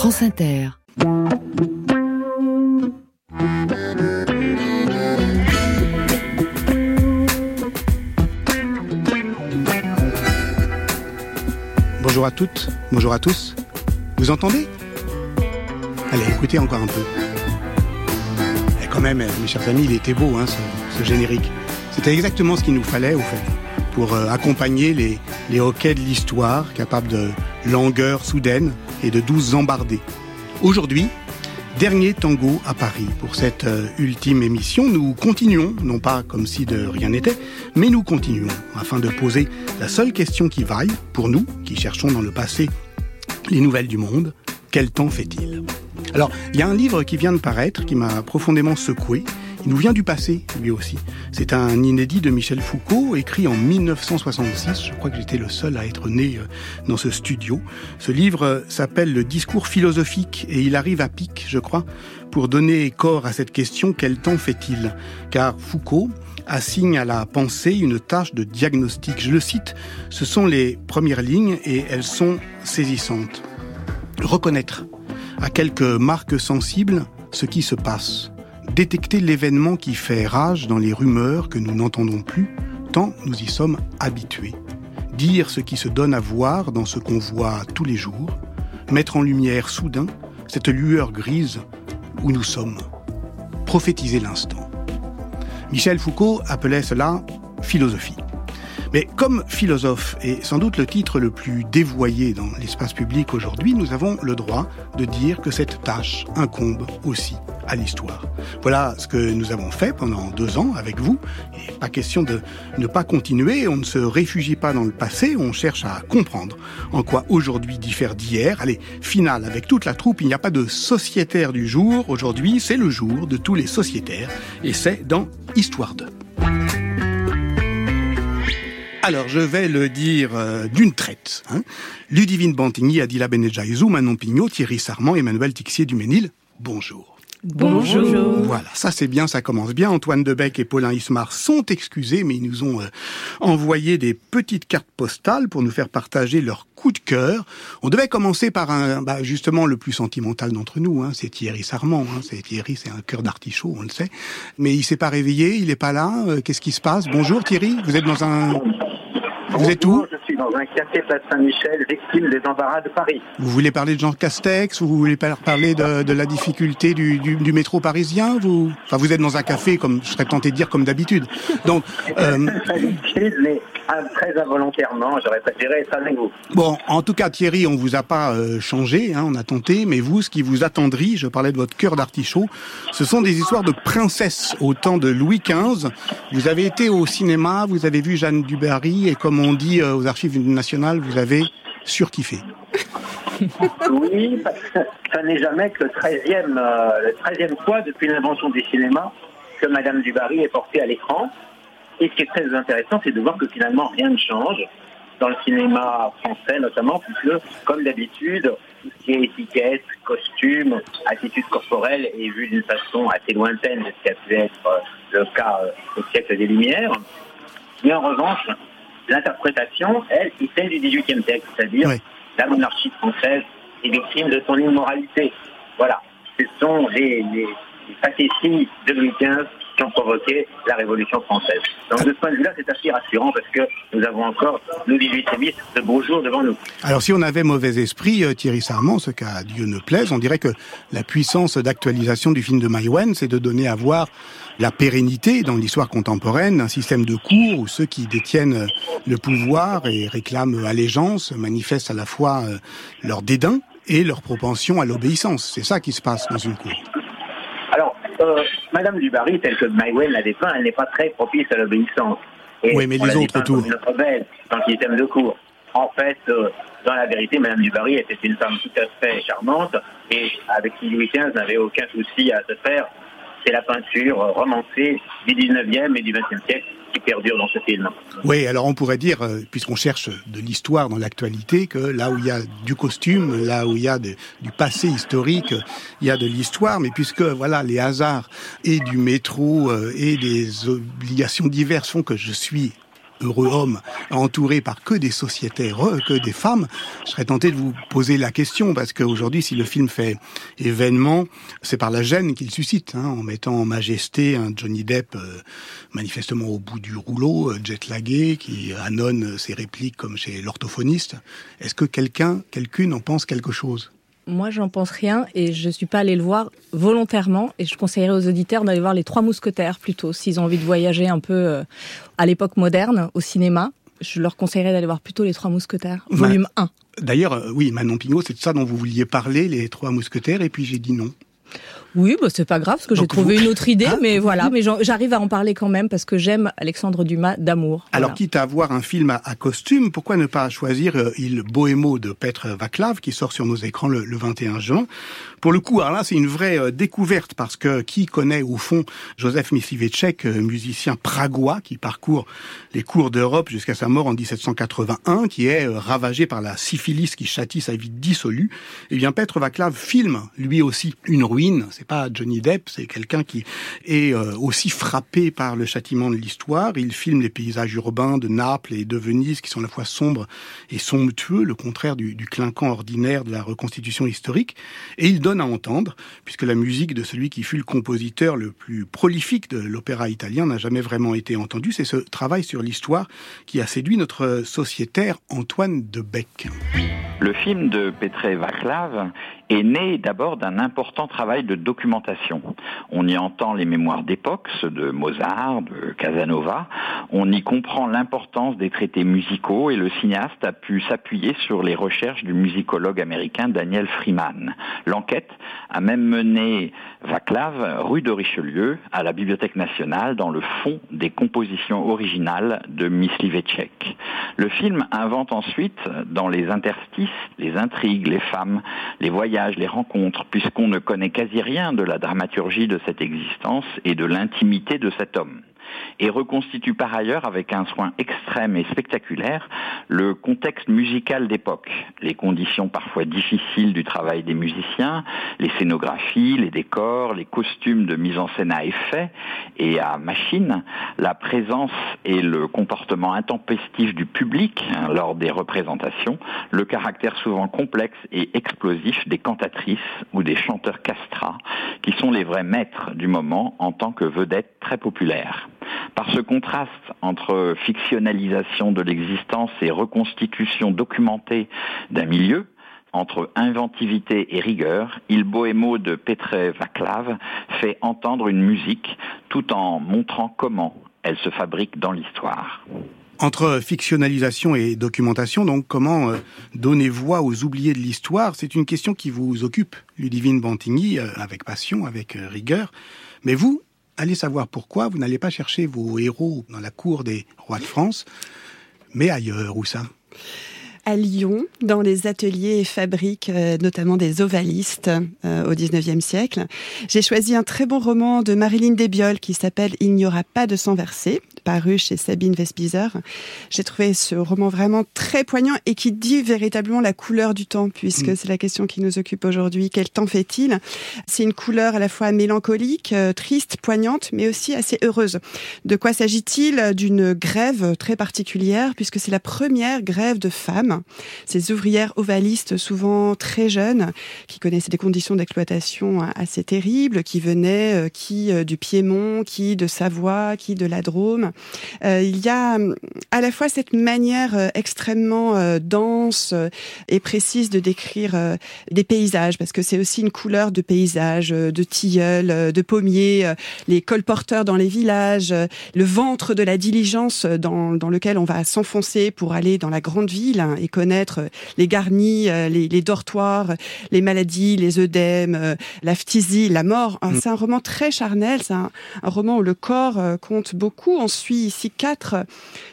France Inter. Bonjour à toutes, bonjour à tous. Vous entendez ? Allez, écoutez encore un peu. Et quand même, mes chers amis, il était beau, ce générique. C'était exactement ce qu'il nous fallait, au fait, pour accompagner les hoquets de l'histoire, capables de langueur soudaine et de douces embardées. Aujourd'hui, dernier tango à Paris. Pour cette ultime émission, nous continuons, non pas comme si de rien n'était, mais nous continuons, afin de poser la seule question qui vaille, pour nous, qui cherchons dans le passé les nouvelles du monde, quel temps fait-il ? Alors, il y a un livre qui vient de paraître, qui m'a profondément secoué. Il nous vient du passé, lui aussi. C'est un inédit de Michel Foucault, écrit en 1966. Je crois que j'étais le seul à être né dans ce studio. Ce livre s'appelle « Le discours philosophique » et il arrive à pic, je crois, pour donner corps à cette question « Quel temps fait-il ?» Car Foucault assigne à la pensée une tâche de diagnostic. Je le cite, ce sont les premières lignes et elles sont saisissantes. Reconnaître à quelques marques sensibles ce qui se passe. Détecter l'événement qui fait rage dans les rumeurs que nous n'entendons plus, tant nous y sommes habitués. Dire ce qui se donne à voir dans ce qu'on voit tous les jours. Mettre en lumière soudain cette lueur grise où nous sommes. Prophétiser l'instant. Michel Foucault appelait cela philosophie. Mais comme philosophe, et sans doute le titre le plus dévoyé dans l'espace public aujourd'hui, nous avons le droit de dire que cette tâche incombe aussi à l'histoire. Voilà ce que nous avons fait pendant 2 ans avec vous. Et pas question de ne pas continuer, on ne se réfugie pas dans le passé, on cherche à comprendre en quoi aujourd'hui diffère d'hier. Allez, finale avec toute la troupe, il n'y a pas de sociétaire du jour. Aujourd'hui, c'est le jour de tous les sociétaires et c'est dans Histoire 2. Alors, je vais le dire d'une traite. Ludivine Bantigny, Adila Benedjaïzou, Manon Pignot, Thierry Sarment, Emmanuel Tixier-Duménil, bonjour. Bonjour. Voilà, ça c'est bien, ça commence bien. Antoine Debec et Paulin Ismar sont excusés, mais ils nous ont envoyé des petites cartes postales pour nous faire partager leur coup de cœur. On devait commencer par justement le plus sentimental d'entre nous, c'est Thierry Sarment. Thierry, c'est un cœur d'artichaut, on le sait. Mais il s'est pas réveillé, il est pas là. Qu'est-ce qui se passe ? Bonjour Thierry, vous êtes dans un... Vous êtes où ? Je suis dans un café Place Saint-Michel, victime des embarras de Paris. Vous voulez parler de Jean Castex ou vous voulez parler de la difficulté du métro parisien ? Vous êtes dans un café, comme je serais tenté de dire, comme d'habitude. Donc, mais très involontairement, j'aurais préféré être avec vous. Bon, en tout cas, Thierry, on vous a pas changé, on a tenté, mais vous, ce qui vous attendrit, je parlais de votre cœur d'artichaut, ce sont des histoires de princesses au temps de Louis XV. Vous avez été au cinéma, vous avez vu Jeanne du Barry, et comme on dit aux Archives nationales, vous avez surkiffé. Oui, parce que ça n'est jamais que le 13e fois depuis l'invention du cinéma que Madame du Barry est portée à l'écran. Et ce qui est très intéressant, c'est de voir que finalement rien ne change dans le cinéma français notamment, puisque comme d'habitude, tout ce qui est étiquette, costume, attitude corporelle est vu d'une façon assez lointaine de ce qui a pu être le cas au siècle des Lumières. Mais en revanche, l'interprétation, elle, est celle du XVIIIe siècle, c'est-à-dire la monarchie française est victime de son immoralité. Voilà, ce sont les facéties de Louis XV qui ont provoqué la Révolution française. Donc de ce point de vue-là, c'est assez rassurant parce que nous avons encore, nous 18e, de beaux jours devant nous. Alors si on avait mauvais esprit, Thierry Sarment, ce qu'à Dieu ne plaise, on dirait que la puissance d'actualisation du film de Maïwenn, c'est de donner à voir la pérennité dans l'histoire contemporaine d'un système de cour où ceux qui détiennent le pouvoir et réclament allégeance manifestent à la fois leur dédain et leur propension à l'obéissance. C'est ça qui se passe dans une cour. Madame du Barry, telle que Maïwenn l'a dépeint, elle n'est pas très propice à l'obéissance. Et oui, mais les autres autour. Une rebelle dans le système de cour. En fait, dans la vérité, Madame du Barry était une femme tout à fait charmante et avec qui Louis XV n'avait aucun souci à se faire. C'est la peinture romancée du 19e et du 20e siècle qui perdure dans ce film. Oui, alors on pourrait dire, puisqu'on cherche de l'histoire dans l'actualité, que là où il y a du costume, là où il y a du passé historique, il y a de l'histoire, mais puisque voilà les hasards et du métro et des obligations diverses font que je suis heureux homme entouré par que des sociétaires, que des femmes, je serais tenté de vous poser la question, parce qu'aujourd'hui, si le film fait événement, c'est par la gêne qu'il suscite, en mettant en majesté un Johnny Depp manifestement au bout du rouleau, jet-lagué, qui annonce ses répliques comme chez l'orthophoniste. Est-ce que quelqu'une en pense quelque chose ? Moi, j'en pense rien et je suis pas allée le voir volontairement, et je conseillerais aux auditeurs d'aller voir Les Trois Mousquetaires plutôt, s'ils ont envie de voyager un peu à l'époque moderne au cinéma. Je leur conseillerais d'aller voir plutôt Les Trois Mousquetaires, volume 1. D'ailleurs, oui, Manon Pignot, c'est de ça dont vous vouliez parler, Les Trois Mousquetaires, et puis j'ai dit non. Oui, c'est pas grave, parce que j'ai trouvé une autre idée, mais voilà, mais j'arrive à en parler quand même, parce que j'aime Alexandre Dumas d'amour. Alors, voilà. Quitte à voir un film à costume, pourquoi ne pas choisir Il Bohémo de Petr Václav, qui sort sur nos écrans le 21 juin. Pour le coup, alors là, c'est une vraie découverte, parce que qui connaît au fond Joseph Mysliveček, musicien pragois, qui parcourt les cours d'Europe jusqu'à sa mort en 1781, qui est ravagé par la syphilis qui châtie sa vie dissolue. Eh bien, Petr Václav filme, lui aussi, une ruine. C'est pas Johnny Depp, c'est quelqu'un qui est aussi frappé par le châtiment de l'histoire. Il filme les paysages urbains de Naples et de Venise qui sont à la fois sombres et somptueux, le contraire du clinquant ordinaire de la reconstitution historique. Et il donne à entendre, puisque la musique de celui qui fut le compositeur le plus prolifique de l'opéra italien n'a jamais vraiment été entendue. C'est ce travail sur l'histoire qui a séduit notre sociétaire Antoine de Bec. Le film de Petr Václav est né d'abord d'un important travail de documentation. On y entend les mémoires d'époque, ceux de Mozart, de Casanova. On y comprend l'importance des traités musicaux, et le cinéaste a pu s'appuyer sur les recherches du musicologue américain Daniel Freeman. L'enquête a même mené Václav rue de Richelieu à la Bibliothèque nationale dans le fond des compositions originales de Mysliveček. Le film invente ensuite dans les interstices les intrigues, les femmes, les voyages, les rencontres, puisqu'on ne connaît quasi rien de la dramaturgie de cette existence et de l'intimité de cet homme. Et reconstitue par ailleurs avec un soin extrême et spectaculaire le contexte musical d'époque, les conditions parfois difficiles du travail des musiciens, les scénographies, les décors, les costumes de mise en scène à effet et à machine, la présence et le comportement intempestif du public lors des représentations, le caractère souvent complexe et explosif des cantatrices ou des chanteurs castrats, qui sont les vrais maîtres du moment en tant que vedettes très populaires. Par ce contraste entre fictionnalisation de l'existence et reconstitution documentée d'un milieu, entre inventivité et rigueur, Il Bohémo de Petr Václav fait entendre une musique tout en montrant comment elle se fabrique dans l'histoire. Entre fictionnalisation et documentation, donc, comment donner voix aux oubliés de l'histoire ? C'est une question qui vous occupe, Ludivine Bantigny, avec passion, avec rigueur. Mais vous, allez savoir pourquoi, vous n'allez pas chercher vos héros dans la cour des rois de France, mais ailleurs. Où ça ? À Lyon, dans les ateliers et fabriques, notamment des ovalistes au XIXe siècle. J'ai choisi un très bon roman de Marilyn Desbioles qui s'appelle « Il n'y aura pas de sang versé », paru chez Sabine Vespizer. J'ai trouvé ce roman vraiment très poignant et qui dit véritablement la couleur du temps, puisque c'est la question qui nous occupe aujourd'hui. Quel temps fait-il ? C'est une couleur à la fois mélancolique, triste, poignante, mais aussi assez heureuse. De quoi s'agit-il ? D'une grève très particulière, puisque c'est la première grève de femmes. Ces ouvrières ovalistes, souvent très jeunes, qui connaissaient des conditions d'exploitation assez terribles, qui venaient, qui du Piémont, qui de Savoie, qui de la Drôme. Il y a à la fois cette manière extrêmement dense et précise de décrire des paysages, parce que c'est aussi une couleur de paysage, de tilleuls, de pommiers, les colporteurs dans les villages, le ventre de la diligence dans lequel on va s'enfoncer pour aller dans la grande ville et connaître les garnis, les dortoirs, les maladies, les œdèmes, la phtisie, la mort. C'est un roman très charnel, c'est un roman où le corps compte beaucoup. On suit ici 4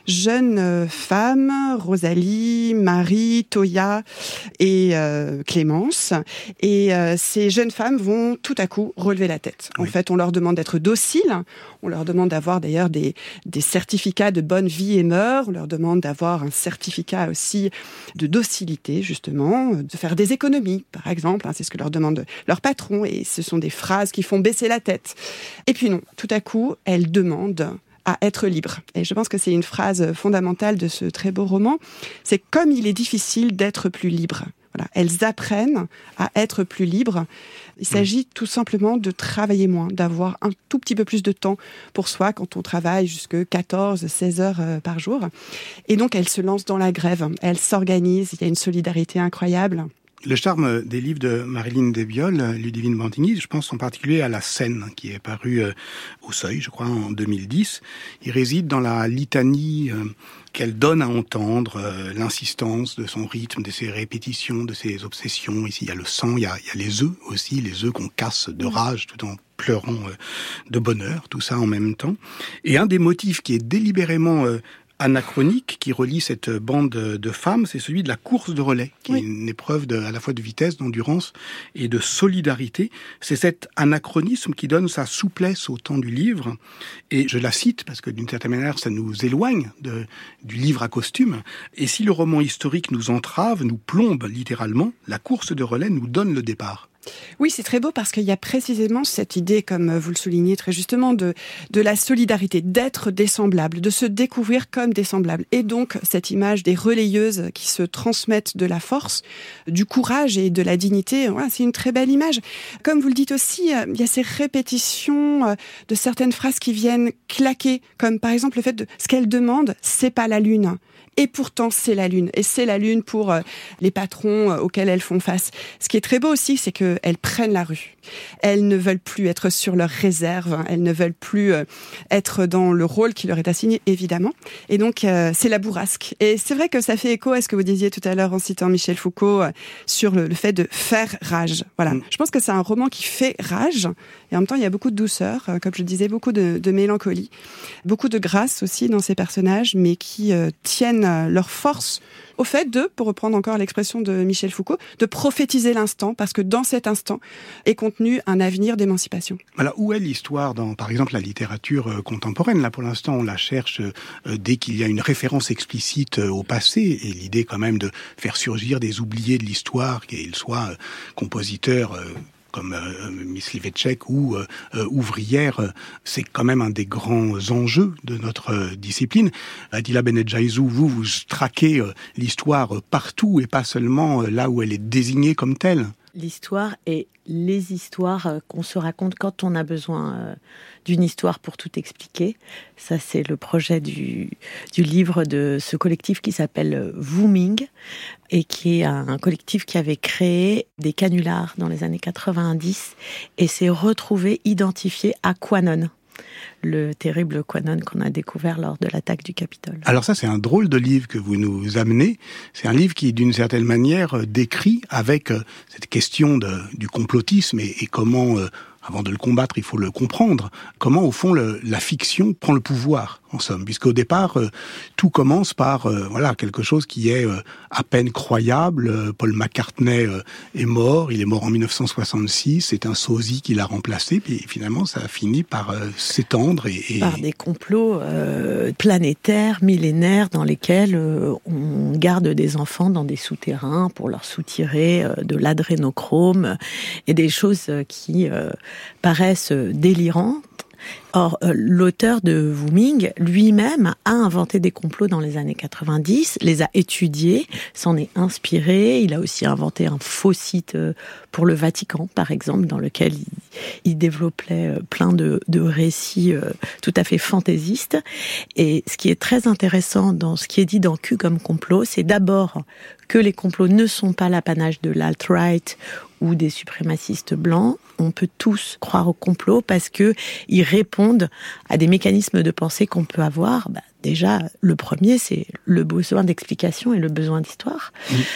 jeunes femmes, Rosalie, Marie, Toya et Clémence. Et ces jeunes femmes vont tout à coup relever la tête. En fait, on leur demande d'être dociles, on leur demande d'avoir d'ailleurs des certificats de bonne vie et mœurs, on leur demande d'avoir un certificat aussi de docilité, justement, de faire des économies, par exemple. C'est ce que leur demande leur patron, et ce sont des phrases qui font baisser la tête. Et puis non, tout à coup, elles demandent à être libre. Et je pense que c'est une phrase fondamentale de ce très beau roman. C'est comme il est difficile d'être plus libre. Voilà. Elles apprennent à être plus libres. Il s'agit tout simplement de travailler moins, d'avoir un tout petit peu plus de temps pour soi quand on travaille jusque 14, 16 heures par jour. Et donc, elles se lancent dans la grève. Elles s'organisent. Il y a une solidarité incroyable. Le charme des livres de Maryline Desbioles, Ludivine Bantigny, je pense en particulier à La Scène, qui est paru au Seuil, je crois, en 2010. Il réside dans la litanie qu'elle donne à entendre, l'insistance de son rythme, de ses répétitions, de ses obsessions. Ici, il y a le sang, il y a les œufs aussi, les œufs qu'on casse de rage tout en pleurant de bonheur, tout ça en même temps. Et un des motifs qui est délibérément anachronique qui relie cette bande de femmes, c'est celui de la course de relais, qui est une épreuve à la fois de vitesse, d'endurance et de solidarité. C'est cet anachronisme qui donne sa souplesse au temps du livre. Et je la cite parce que d'une certaine manière, ça nous éloigne du livre à costume. Et si le roman historique nous entrave, nous plombe littéralement, la course de relais nous donne le départ. Oui, c'est très beau parce qu'il y a précisément cette idée, comme vous le soulignez très justement, de la solidarité, d'être des semblables, de se découvrir comme des semblables. Et donc, cette image des relayeuses qui se transmettent de la force, du courage et de la dignité, voilà, c'est une très belle image. Comme vous le dites aussi, il y a ces répétitions de certaines phrases qui viennent claquer, comme par exemple le fait de ce qu'elle demande, c'est pas la lune. Et pourtant, c'est la lune. Et c'est la lune pour les patrons auxquels elles font face. Ce qui est très beau aussi, c'est qu'elles prennent la rue. Elles ne veulent plus être sur leur réserve. Elles ne veulent plus être dans le rôle qui leur est assigné, évidemment. Et donc, c'est la bourrasque. Et c'est vrai que ça fait écho à ce que vous disiez tout à l'heure en citant Michel Foucault sur le fait de faire rage. Voilà. Je pense que c'est un roman qui fait rage. Et en même temps, il y a beaucoup de douceur, comme je le disais, beaucoup de mélancolie. Beaucoup de grâce aussi dans ces personnages, mais qui tiennent leur force au fait de, pour reprendre encore l'expression de Michel Foucault, de prophétiser l'instant, parce que dans cet instant est contenu un avenir d'émancipation. Alors, où est l'histoire dans, par exemple, la littérature contemporaine? Là, pour l'instant, on la cherche dès qu'il y a une référence explicite au passé, et l'idée quand même de faire surgir des oubliés de l'histoire, qu'ils soient compositeurs comme Miss Livetchek ou ouvrière, c'est quand même un des grands enjeux de notre discipline. Attila Benedjaizou, vous traquez l'histoire partout et pas seulement là où elle est désignée comme telle. L'histoire et les histoires qu'on se raconte quand on a besoin d'une histoire pour tout expliquer. Ça, c'est le projet du livre de ce collectif qui s'appelle Wooming et qui est un collectif qui avait créé des canulars dans les années 90 et s'est retrouvé identifié à QAnon. Le terrible QAnon qu'on a découvert lors de l'attaque du Capitole. Alors ça, c'est un drôle de livre que vous nous amenez. C'est un livre qui, d'une certaine manière, décrit avec cette question du complotisme et comment, avant de le combattre, il faut le comprendre, comment, au fond, la fiction prend le pouvoir, en somme. Puisqu'au départ, tout commence par quelque chose qui est à peine croyable. Paul McCartney est mort, il est mort en 1966, c'est un sosie qui l'a remplacé, puis finalement, ça a fini par s'étendre. Par des complots planétaires, millénaires, dans lesquels on garde des enfants dans des souterrains pour leur soutirer de l'adrénochrome et des choses qui paraissent délirantes. Or, l'auteur de Wooming, lui-même, a inventé des complots dans les années 90, les a étudiés, s'en est inspiré. Il a aussi inventé un faux site pour le Vatican, par exemple, dans lequel il développait plein de récits tout à fait fantaisistes. Et ce qui est très intéressant dans ce qui est dit dans Q comme complot, c'est d'abord que les complots ne sont pas l'apanage de l'alt-right ou des suprémacistes blancs. On peut tous croire au complot parce que ils répondent à des mécanismes de pensée qu'on peut avoir. Déjà, le premier, c'est le besoin d'explication et le besoin d'histoire.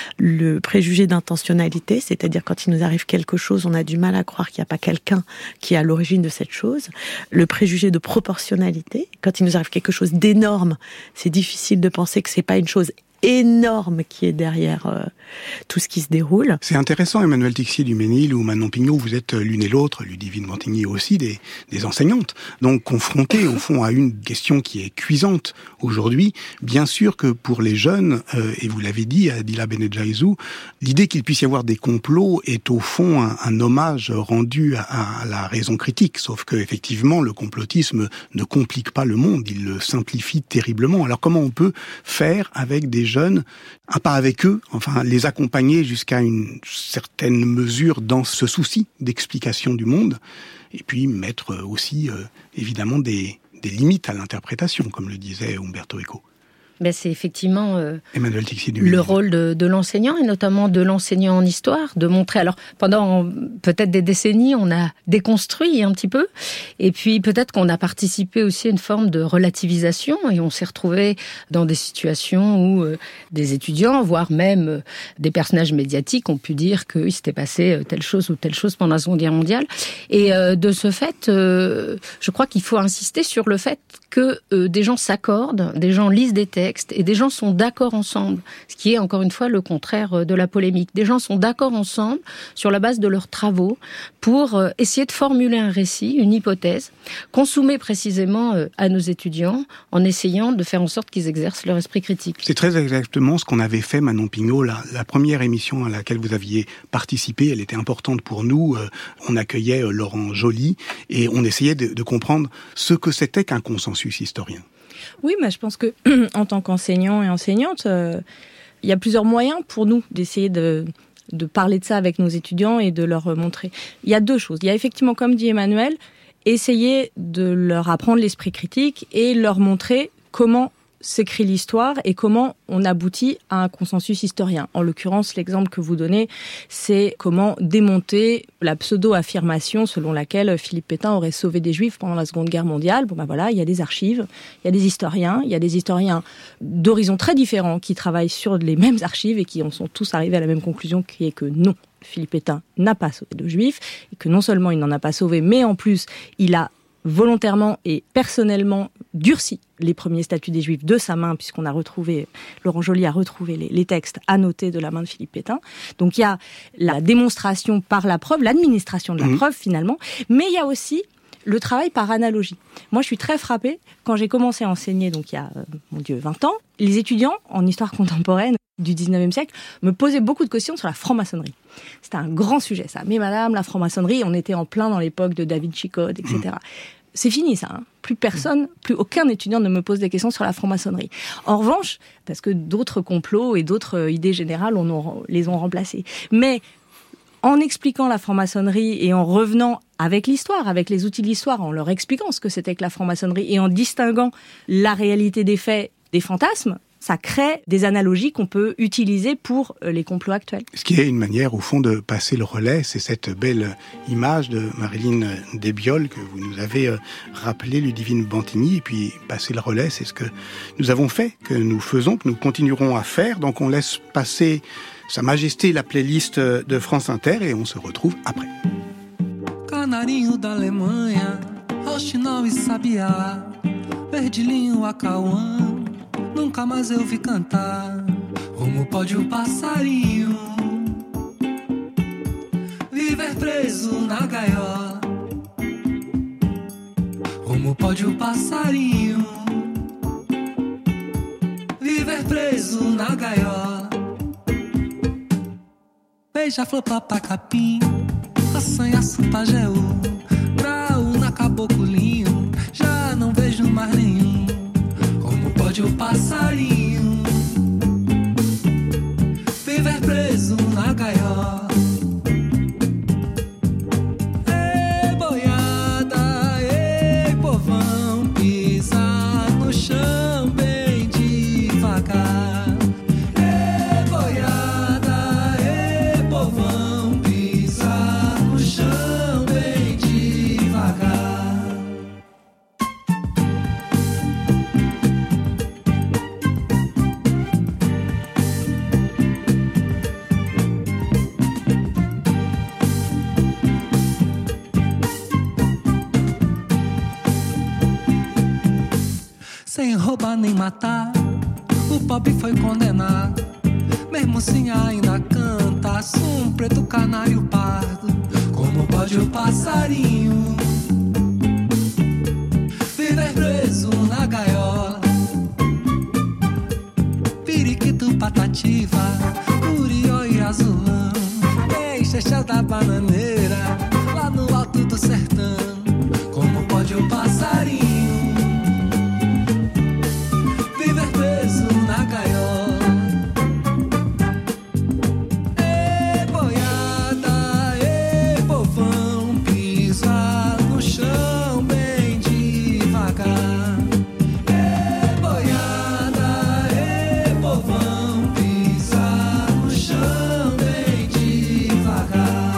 Le préjugé d'intentionnalité, c'est-à-dire quand il nous arrive quelque chose, on a du mal à croire qu'il n'y a pas quelqu'un qui est à l'origine de cette chose. Le préjugé de proportionnalité, quand il nous arrive quelque chose d'énorme, c'est difficile de penser que c'est pas une chose énorme qui est derrière tout ce qui se déroule. C'est intéressant, Emmanuelle Tixier-Duménil ou Manon Pignot, vous êtes l'une et l'autre, Ludivine Bantigny aussi, des enseignantes, donc confrontées au fond à une question qui est cuisante aujourd'hui. Bien sûr que pour les jeunes, et vous l'avez dit, Adila Benedjaïzou, l'idée qu'il puisse y avoir des complots est au fond un hommage rendu à la raison critique, sauf que effectivement le complotisme ne complique pas le monde, il le simplifie terriblement. Alors comment on peut faire avec des jeunes, pas avec eux, enfin les accompagner jusqu'à une certaine mesure dans ce souci d'explication du monde, et puis mettre aussi évidemment des limites à l'interprétation, comme le disait Umberto Eco. Ben c'est effectivement Emmanuelle Tixier-Duménil. Le rôle de l'enseignant, et notamment de l'enseignant en histoire, de montrer. Alors, pendant peut-être des décennies, on a déconstruit un petit peu, et puis peut-être qu'on a participé aussi à une forme de relativisation, et on s'est retrouvé dans des situations où des étudiants, voire même des personnages médiatiques, ont pu dire qu'il s'était passé telle chose ou telle chose pendant la Seconde Guerre mondiale. Et de ce fait, je crois qu'il faut insister sur le fait que des gens s'accordent, des gens lisent des textes, et des gens sont d'accord ensemble, ce qui est encore une fois le contraire de la polémique. Des gens sont d'accord ensemble sur la base de leurs travaux pour essayer de formuler un récit, une hypothèse, qu'on soumet précisément à nos étudiants en essayant de faire en sorte qu'ils exercent leur esprit critique. C'est très exactement ce qu'on avait fait, Manon Pignot, la première émission à laquelle vous aviez participé, elle était importante pour nous. On accueillait Laurent Joly et on essayait de comprendre ce que c'était qu'un consensus historien. Oui, mais je pense que en tant qu'enseignant et enseignante, il y a plusieurs moyens pour nous d'essayer de parler de ça avec nos étudiants et de leur montrer. Il y a deux choses. Il y a effectivement, comme dit Emmanuel, essayer de leur apprendre l'esprit critique et leur montrer comment s'écrit l'histoire et comment on aboutit à un consensus historien. En l'occurrence, l'exemple que vous donnez, c'est comment démonter la pseudo-affirmation selon laquelle Philippe Pétain aurait sauvé des Juifs pendant la Seconde Guerre mondiale. Bon ben voilà, il y a des archives, il y a des historiens d'horizons très différents qui travaillent sur les mêmes archives et qui en sont tous arrivés à la même conclusion, qui est que non, Philippe Pétain n'a pas sauvé de Juifs, et que non seulement il n'en a pas sauvé, mais en plus, il a volontairement et personnellement durci les premiers statuts des Juifs de sa main, puisqu'on a retrouvé, Laurent Joly a retrouvé les textes annotés de la main de Philippe Pétain. Donc il y a la démonstration par la preuve, l'administration de la preuve finalement, mais il y a aussi le travail par analogie. Moi, je suis très frappée, quand j'ai commencé à enseigner, donc il y a, 20 ans, les étudiants en histoire contemporaine du 19e siècle me posaient beaucoup de questions sur la franc-maçonnerie. C'était un grand sujet, ça. Mais madame, la franc-maçonnerie, on était en plein dans l'époque de Da Vinci Code, etc. C'est fini, ça. Plus aucun étudiant ne me pose des questions sur la franc-maçonnerie. En revanche, parce que d'autres complots et d'autres idées générales les ont remplacés. Mais en expliquant la franc-maçonnerie et en revenant avec l'histoire, avec les outils de l'histoire, en leur expliquant ce que c'était que la franc-maçonnerie et en distinguant la réalité des faits des fantasmes, ça crée des analogies qu'on peut utiliser pour les complots actuels. Ce qui est une manière, au fond, de passer le relais, c'est cette belle image de Marilyn Desbioles que vous nous avez rappelé, Ludivine Bantigny, et puis passer le relais, c'est ce que nous avons fait, que nous faisons, que nous continuerons à faire. Donc on laisse passer Sa Majesté la playlist de France Inter et on se retrouve après. Canarinho da Alemanha, Rochinol e Sabiá, Perdilinho, Acauã, nunca mais eu vi cantar. Como pode o passarinho viver preso na gaiola? Como pode o passarinho viver preso na gaiola? Beija-flor, papacapim, assanhaço, pajeú, graúna, caboclinho, já não vejo mais nenhum. Como pode o passarinho viver preso na gaiola? Ei, boiada, ei, povão, pisa no chão bem devagar. Ei, boiada, ei, povão, pisa no chão bem devagar. Sem roubar nem matar, O pobre foi condenado, mesmo assim ainda canta. Sou um preto canário pardo, como pode o passarinho viver preso na gaiola? Periquito, patativa, curió e azulão, deixa da bananeira, lá no alto do sertão. Como pode o passarinho viver preso na gaiola? Ei, boiada, ei, povão, pisa no chão bem devagar. Ei, boiada, ei, povão, pisa no chão bem devagar.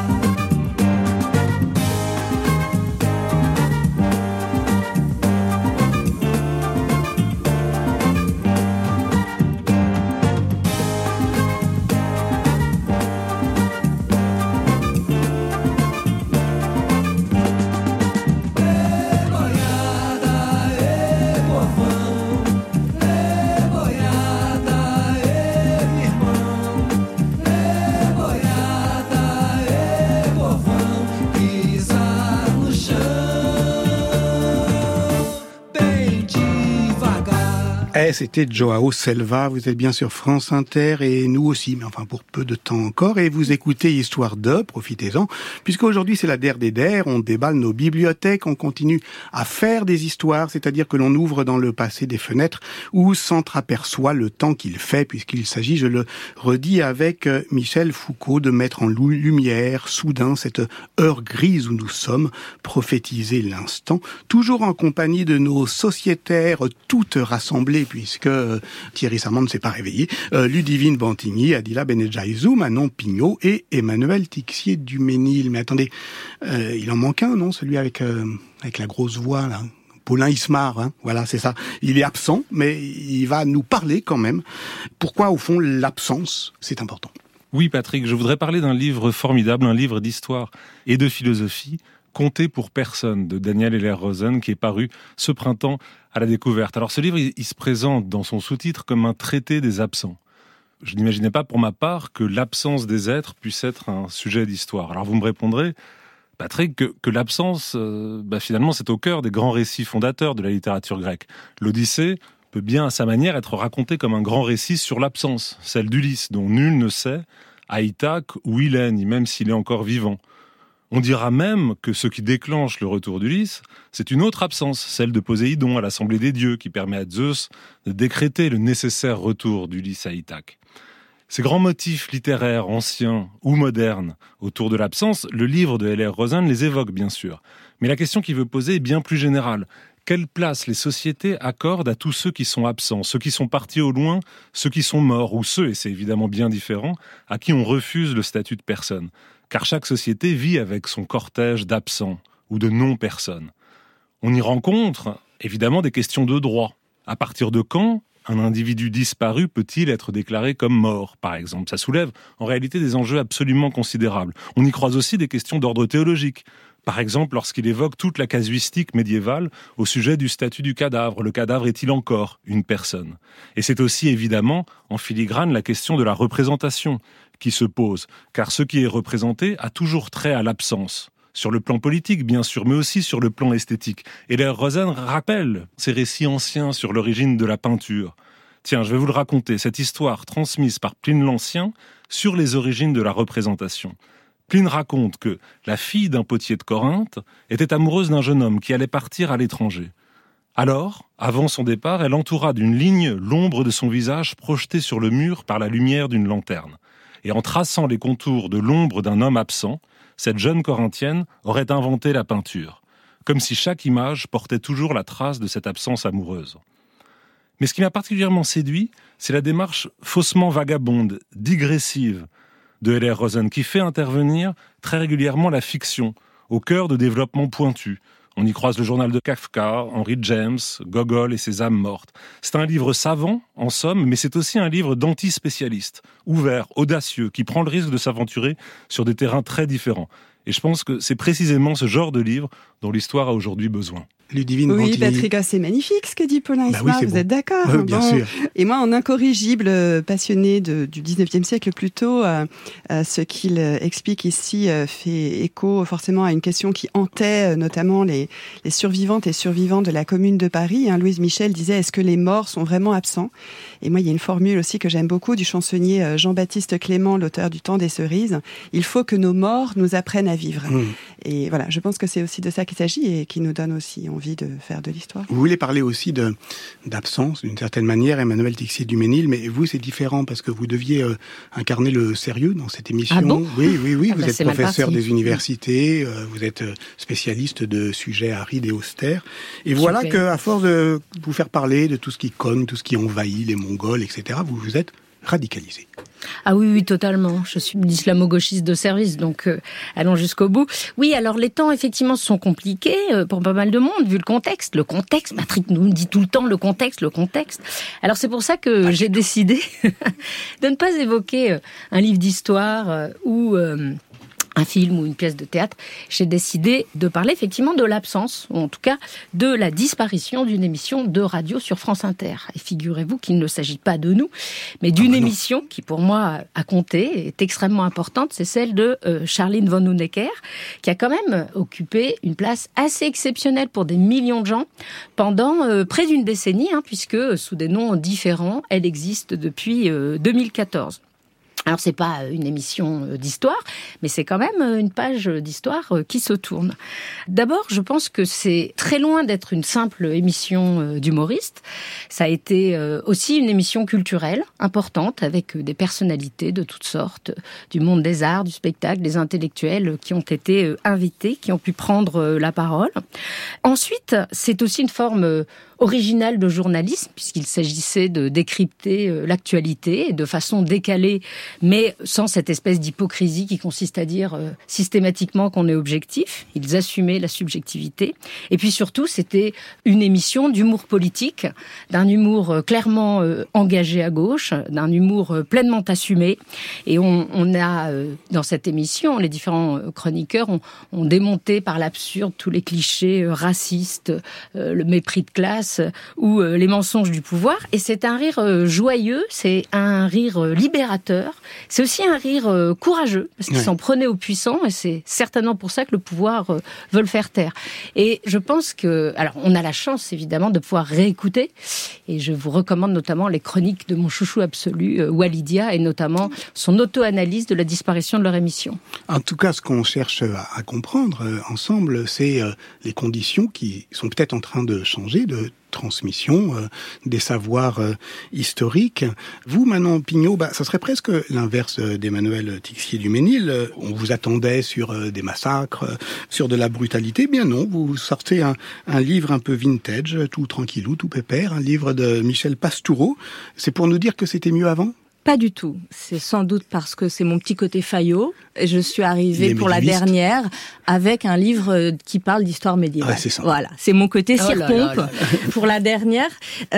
C'était Joao Selva, vous êtes bien sur France Inter et nous aussi, mais enfin pour peu de temps encore, et vous écoutez Histoire de, profitez-en, puisqu'aujourd'hui c'est la der des der, on déballe nos bibliothèques, on continue à faire des histoires, c'est-à-dire que l'on ouvre dans le passé des fenêtres où s'entreaperçoit le temps qu'il fait, puisqu'il s'agit, je le redis avec Michel Foucault, de mettre en lumière soudain cette heure grise où nous sommes, prophétiser l'instant, toujours en compagnie de nos sociétaires toutes rassemblées, puisque Thierry Samand ne s'est pas réveillé, Ludivine Bantigny, Adila Benedjaïzou, Manon Pignot et Emmanuel Tixier-Duménil. Mais attendez, il en manque un, non? Celui avec la grosse voix, là. Paulin Ismar, hein, voilà, c'est ça. Il est absent, mais il va nous parler quand même. Pourquoi, au fond, l'absence, c'est important? Oui, Patrick, je voudrais parler d'un livre formidable, un livre d'histoire et de philosophie, Compter pour personne, de Daniel Heller-Rosen, qui est paru ce printemps à la Découverte. Alors ce livre, il se présente dans son sous-titre comme un traité des absents. Je n'imaginais pas pour ma part que l'absence des êtres puisse être un sujet d'histoire. Alors vous me répondrez, Patrick, que l'absence, finalement, c'est au cœur des grands récits fondateurs de la littérature grecque. L'Odyssée peut bien, à sa manière, être racontée comme un grand récit sur l'absence, celle d'Ulysse, dont nul ne sait, à Ithaque ou il est, ni même s'il est encore vivant. On dira même que ce qui déclenche le retour d'Ulysse, c'est une autre absence, celle de Poséidon à l'Assemblée des dieux, qui permet à Zeus de décréter le nécessaire retour d'Ulysse à Ithaque. Ces grands motifs littéraires anciens ou modernes autour de l'absence, le livre de Heller-Rosen les évoque bien sûr. Mais la question qu'il veut poser est bien plus générale. Quelle place les sociétés accordent à tous ceux qui sont absents, ceux qui sont partis au loin, ceux qui sont morts, ou ceux, et c'est évidemment bien différent, à qui on refuse le statut de personne? Car chaque société vit avec son cortège d'absents ou de non-personnes. On y rencontre évidemment des questions de droit. À partir de quand un individu disparu peut-il être déclaré comme mort, par exemple? Ça soulève en réalité des enjeux absolument considérables. On y croise aussi des questions d'ordre théologique. Par exemple, lorsqu'il évoque toute la casuistique médiévale au sujet du statut du cadavre. Le cadavre est-il encore une personne? Et c'est aussi évidemment en filigrane la question de la représentation qui se pose, car ce qui est représenté a toujours trait à l'absence. Sur le plan politique, bien sûr, mais aussi sur le plan esthétique. Et Heller-Rosen rappelle ces récits anciens sur l'origine de la peinture. Tiens, je vais vous le raconter, cette histoire transmise par Pline l'Ancien sur les origines de la représentation. Pline raconte que la fille d'un potier de Corinthe était amoureuse d'un jeune homme qui allait partir à l'étranger. Alors, avant son départ, elle entoura d'une ligne l'ombre de son visage projetée sur le mur par la lumière d'une lanterne. Et en traçant les contours de l'ombre d'un homme absent, cette jeune Corinthienne aurait inventé la peinture, comme si chaque image portait toujours la trace de cette absence amoureuse. Mais ce qui m'a particulièrement séduit, c'est la démarche faussement vagabonde, digressive de Heller-Rosen, qui fait intervenir très régulièrement la fiction, au cœur de développements pointus. On y croise le journal de Kafka, Henry James, Gogol et ses âmes mortes. C'est un livre savant, en somme, mais c'est aussi un livre d'anti-spécialiste, ouvert, audacieux, qui prend le risque de s'aventurer sur des terrains très différents. Et je pense que c'est précisément ce genre de livre dont l'histoire a aujourd'hui besoin. Ludivine Oui, Ventilli. Patrick, c'est magnifique ce que dit Paulin Ismar, oui, vous bon. êtes d'accord? Oui, bien sûr. Et moi, en incorrigible passionné du 19e siècle plutôt, ce qu'il explique ici fait écho forcément à une question qui hantait notamment les survivantes et survivants de la Commune de Paris. Louise Michel disait, est-ce que les morts sont vraiment absents? Et moi, il y a une formule aussi que j'aime beaucoup du chansonnier Jean-Baptiste Clément, l'auteur du Temps des cerises. Il faut que nos morts nous apprennent à vivre. Et voilà, je pense que c'est aussi de ça qu'il s'agit et qui nous donne aussi envie de faire de l'histoire. Vous voulez parler aussi d'absence, d'une certaine manière, Emmanuel Tixier-Duménil, mais vous, c'est différent parce que vous deviez incarner le sérieux dans cette émission. Ah bon? Oui, vous êtes c'est mal professeur parti. des universités, vous êtes spécialiste de sujets arides et austères. Et voilà Super. qu'à force de vous faire parler de tout ce qui cogne, tout ce qui envahit les Mongols, etc., vous vous êtes radicalisé. Ah oui, totalement. Je suis une islamo-gauchiste de service, donc allons jusqu'au bout. Oui, alors les temps, effectivement, sont compliqués pour pas mal de monde, vu le contexte. Le contexte, Patrick nous dit tout le temps le contexte. Alors c'est pour ça que j'ai décidé de ne pas évoquer un livre d'histoire ou un film ou une pièce de théâtre. J'ai décidé de parler effectivement de l'absence, ou en tout cas de la disparition d'une émission de radio sur France Inter. Et figurez-vous qu'il ne s'agit pas de nous, mais d'une émission qui pour moi a compté, est extrêmement importante, c'est celle de Charline von Honecker, qui a quand même occupé une place assez exceptionnelle pour des millions de gens pendant près d'une décennie, puisque sous des noms différents, elle existe depuis 2014. Alors c'est pas une émission d'histoire, mais c'est quand même une page d'histoire qui se tourne. D'abord, je pense que c'est très loin d'être une simple émission d'humoriste. Ça a été aussi une émission culturelle importante avec des personnalités de toutes sortes, du monde des arts, du spectacle, des intellectuels qui ont été invités, qui ont pu prendre la parole. Ensuite, c'est aussi une forme originale de journalisme, puisqu'il s'agissait de décrypter l'actualité de façon décalée, mais sans cette espèce d'hypocrisie qui consiste à dire systématiquement qu'on est objectif. Ils assumaient la subjectivité. Et puis surtout, c'était une émission d'humour politique, d'un humour clairement engagé à gauche, d'un humour pleinement assumé. Et on a, dans cette émission, les différents chroniqueurs ont démonté par l'absurde tous les clichés racistes, le mépris de classe, ou les mensonges du pouvoir. Et c'est un rire joyeux, c'est un rire libérateur, c'est aussi un rire courageux, parce qu'ils s'en prenaient aux puissants, et c'est certainement pour ça que le pouvoir veut le faire taire. Et je pense que... Alors, on a la chance, évidemment, de pouvoir réécouter, et je vous recommande notamment les chroniques de mon chouchou absolu, Walidia, et notamment son auto-analyse de la disparition de leur émission. En tout cas, ce qu'on cherche à comprendre ensemble, c'est les conditions qui sont peut-être en train de changer, de transmission des savoirs historiques. Vous, Manon Pignot, ça serait presque l'inverse d'Emmanuel Tixier-Duménil. On vous attendait sur des massacres, sur de la brutalité. Bien non, vous sortez un livre un peu vintage, tout tranquillou, tout pépère, un livre de Michel Pastoureau. C'est pour nous dire que c'était mieux avant ? Pas du tout. C'est sans doute parce que c'est mon petit côté Fayot. Et je suis arrivée pour la dernière avec un livre qui parle d'histoire médiévale. Ouais, c'est ça. Voilà, c'est mon côté cire-pompe pour la dernière.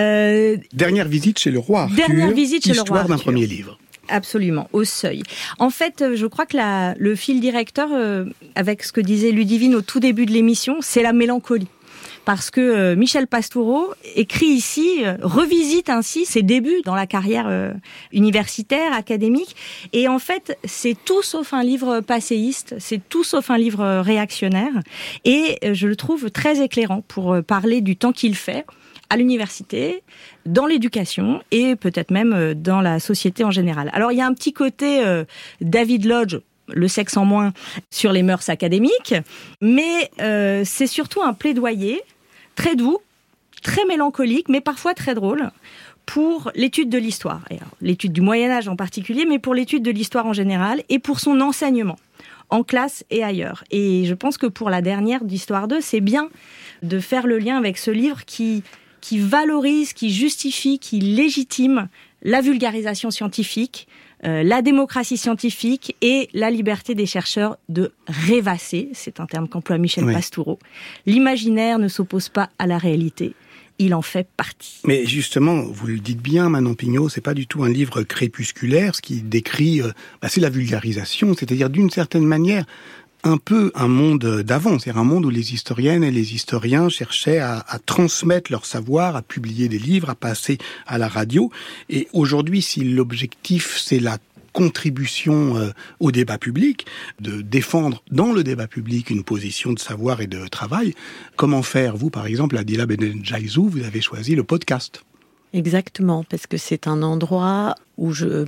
Dernière visite chez le roi Arthur. Dernière visite chez le roi Histoire d'un Arthur. premier livre. Absolument, au seuil. En fait, je crois que le fil directeur, avec ce que disait Ludivine au tout début de l'émission, c'est la mélancolie. Parce que Michel Pastoureau écrit ici, revisite ainsi ses débuts dans la carrière universitaire, académique. Et en fait, c'est tout sauf un livre passéiste, c'est tout sauf un livre réactionnaire. Et je le trouve très éclairant pour parler du temps qu'il fait à l'université, dans l'éducation et peut-être même dans la société en général. Alors il y a un petit côté David Lodge, le sexe en moins, sur les mœurs académiques, mais c'est surtout un plaidoyer très doux, très mélancolique, mais parfois très drôle, pour l'étude de l'histoire. Et alors, l'étude du Moyen-Âge en particulier, mais pour l'étude de l'histoire en général, et pour son enseignement, en classe et ailleurs. Et je pense que pour la dernière d'Histoire 2, c'est bien de faire le lien avec ce livre qui valorise, qui justifie, qui légitime la vulgarisation scientifique, la démocratie scientifique et la liberté des chercheurs de rêvasser, c'est un terme qu'emploie Michel Pastoureau. L'imaginaire ne s'oppose pas à la réalité, il en fait partie. Mais justement, vous le dites bien, Manon Pignot, c'est pas du tout un livre crépusculaire, ce qui décrit, c'est la vulgarisation, c'est-à-dire d'une certaine manière, un peu un monde d'avant, c'est-à-dire un monde où les historiennes et les historiens cherchaient à transmettre leur savoir, à publier des livres, à passer à la radio. Et aujourd'hui, si l'objectif c'est la contribution au débat public, de défendre dans le débat public une position de savoir et de travail, comment faire? Vous, par exemple, Adila Benedjaizou, vous avez choisi le podcast. Exactement, parce que c'est un endroit où je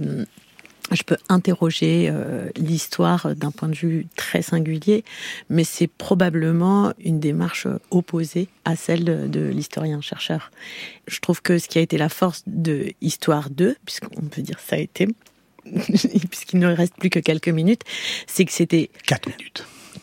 peux interroger l'histoire d'un point de vue très singulier, mais c'est probablement une démarche opposée à celle de l'historien-chercheur. Je trouve que ce qui a été la force de Histoire 2, puisqu'on peut dire ça a été, puisqu'il ne reste plus que quelques minutes, c'est que c'était... 4 minutes.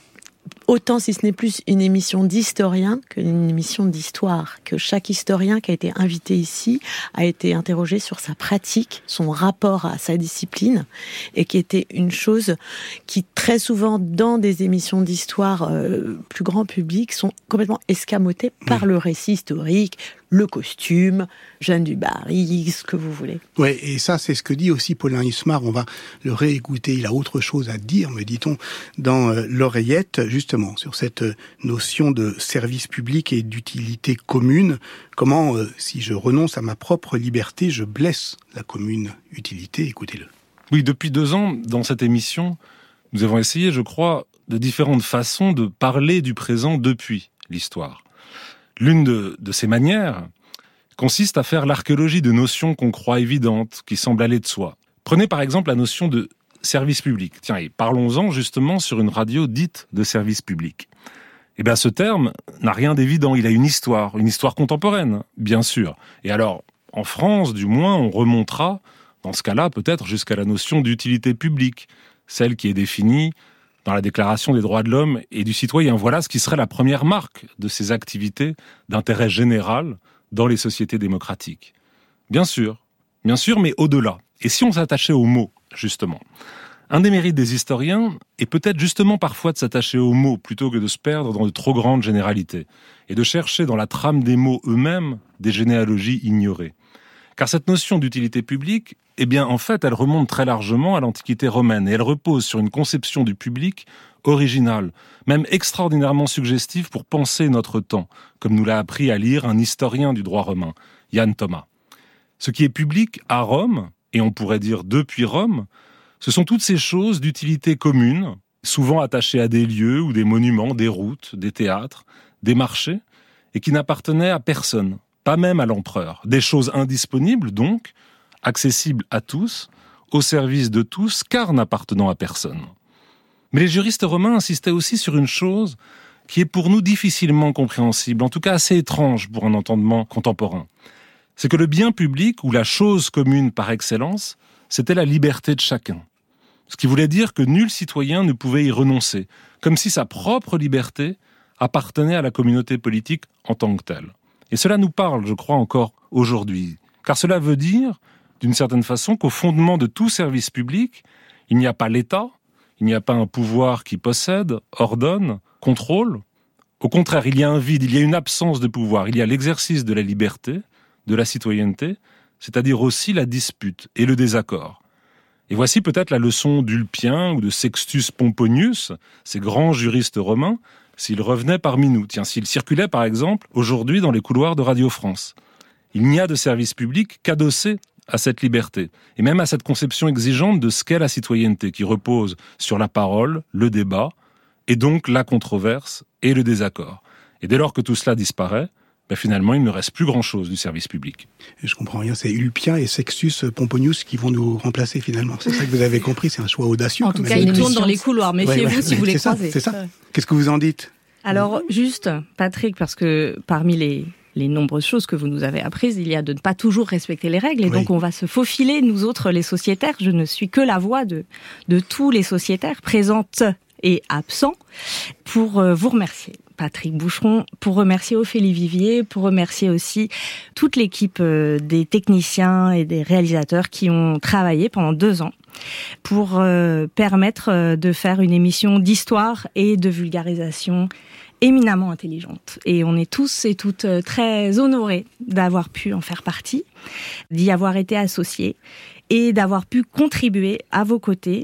Autant, si ce n'est plus une émission d'historien qu'une émission d'histoire, que chaque historien qui a été invité ici a été interrogé sur sa pratique, son rapport à sa discipline, et qui était une chose qui, très souvent, dans des émissions d'histoire plus grand public, sont complètement escamotées par le récit historique, le costume, Jeanne du Barry, ce que vous voulez. Ouais, et ça, c'est ce que dit aussi Paulin Ismar. On va le réécouter. Il a autre chose à dire, me dit-on, dans l'oreillette, justement, sur cette notion de service public et d'utilité commune. Comment, si je renonce à ma propre liberté, je blesse la commune utilité? Écoutez-le. Oui, depuis 2 ans, dans cette émission, nous avons essayé, je crois, de différentes façons de parler du présent depuis l'histoire. L'une de ces manières consiste à faire l'archéologie de notions qu'on croit évidentes, qui semblent aller de soi. Prenez par exemple la notion de service public. Tiens, et parlons-en justement sur une radio dite de service public. Eh bien, ce terme n'a rien d'évident. Il a une histoire contemporaine, bien sûr. Et alors, en France, du moins, on remontera, dans ce cas-là, peut-être jusqu'à la notion d'utilité publique, celle qui est définie dans la Déclaration des droits de l'homme et du citoyen. Voilà ce qui serait la première marque de ces activités d'intérêt général dans les sociétés démocratiques. Bien sûr, mais au-delà. Et si on s'attachait aux mots, justement? Un des mérites des historiens est peut-être justement parfois de s'attacher aux mots plutôt que de se perdre dans de trop grandes généralités et de chercher dans la trame des mots eux-mêmes des généalogies ignorées. Car cette notion d'utilité publique, eh bien, en fait, elle remonte très largement à l'Antiquité romaine et elle repose sur une conception du public originale, même extraordinairement suggestive pour penser notre temps, comme nous l'a appris à lire un historien du droit romain, Yann Thomas. Ce qui est public à Rome, et on pourrait dire depuis Rome, ce sont toutes ces choses d'utilité commune, souvent attachées à des lieux ou des monuments, des routes, des théâtres, des marchés, et qui n'appartenaient à personne, pas même à l'empereur. Des choses indisponibles, donc, accessibles à tous, au service de tous, car n'appartenant à personne. Mais les juristes romains insistaient aussi sur une chose qui est pour nous difficilement compréhensible, en tout cas assez étrange pour un entendement contemporain. C'est que le bien public, ou la chose commune par excellence, c'était la liberté de chacun. Ce qui voulait dire que nul citoyen ne pouvait y renoncer, comme si sa propre liberté appartenait à la communauté politique en tant que telle. Et cela nous parle, je crois, encore aujourd'hui. Car cela veut dire, d'une certaine façon, qu'au fondement de tout service public, il n'y a pas l'État, il n'y a pas un pouvoir qui possède, ordonne, contrôle. Au contraire, il y a un vide, il y a une absence de pouvoir, il y a l'exercice de la liberté, de la citoyenneté, c'est-à-dire aussi la dispute et le désaccord. Et voici peut-être la leçon d'Ulpien ou de Sextus Pomponius, ces grands juristes romains, s'il revenait parmi nous. Tiens, s'il circulait par exemple aujourd'hui dans les couloirs de Radio France. Il n'y a de service public qu'adossé à cette liberté, et même à cette conception exigeante de ce qu'est la citoyenneté, qui repose sur la parole, le débat, et donc la controverse et le désaccord. Et dès lors que tout cela disparaît, finalement, il ne reste plus grand-chose du service public. Je comprends rien, c'est Ulpien et Sextus Pomponius qui vont nous remplacer finalement. C'est ça que vous avez compris, c'est un choix audacieux. En tout cas, ils tournent dans les couloirs, méfiez-vous si vous les croisez. C'est ça. Qu'est-ce que vous en dites? Alors, juste, Patrick, parce que parmi les nombreuses choses que vous nous avez apprises, il y a de ne pas toujours respecter les règles, et donc on va se faufiler, nous autres, les sociétaires. Je ne suis que la voix de tous les sociétaires, présentes et absents, pour vous remercier. Patrick Boucheron, pour remercier Ophélie Vivier, pour remercier aussi toute l'équipe des techniciens et des réalisateurs qui ont travaillé pendant 2 ans pour permettre de faire une émission d'histoire et de vulgarisation éminemment intelligente. Et on est tous et toutes très honorés d'avoir pu en faire partie, d'y avoir été associés et d'avoir pu contribuer à vos côtés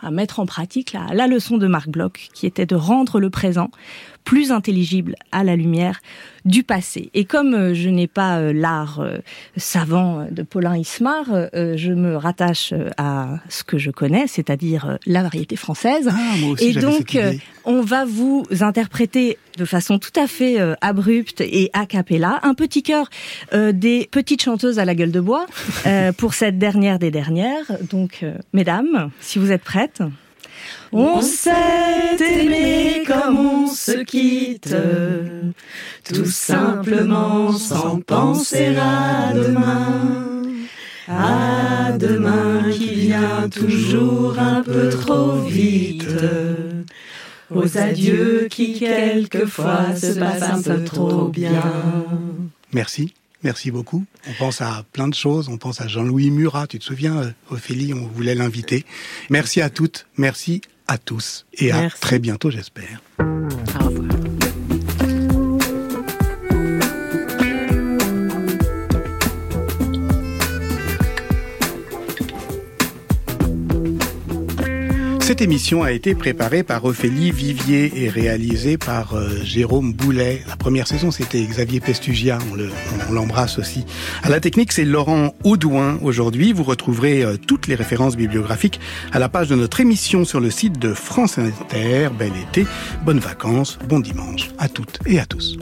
à mettre en pratique la leçon de Marc Bloch, qui était de rendre le présent plus intelligible à la lumière du passé. Et comme je n'ai pas l'art savant de Paulin Ismar, je me rattache à ce que je connais, c'est-à-dire la variété française. Moi aussi, et donc, on va vous interpréter de façon tout à fait abrupte et a cappella un petit chœur des petites chanteuses à la gueule de bois pour cette dernière des dernières. Donc, mesdames, si vous êtes prêtes. On s'est aimé comme on se quitte, tout simplement sans penser à demain qui vient toujours un peu trop vite, aux adieux qui quelquefois se passent un peu trop bien. Merci. Merci beaucoup. On pense à plein de choses. On pense à Jean-Louis Murat. Tu te souviens, Ophélie, on voulait l'inviter. Merci à toutes. Merci à tous. Et à très bientôt, j'espère. Au revoir. Cette émission a été préparée par Ophélie Vivier et réalisée par Jérôme Boulet. La première saison, c'était Xavier Pestugia, on l'embrasse aussi. À la technique, c'est Laurent Audouin. Aujourd'hui, vous retrouverez toutes les références bibliographiques à la page de notre émission sur le site de France Inter. Bel été, bonnes vacances, bon dimanche à toutes et à tous.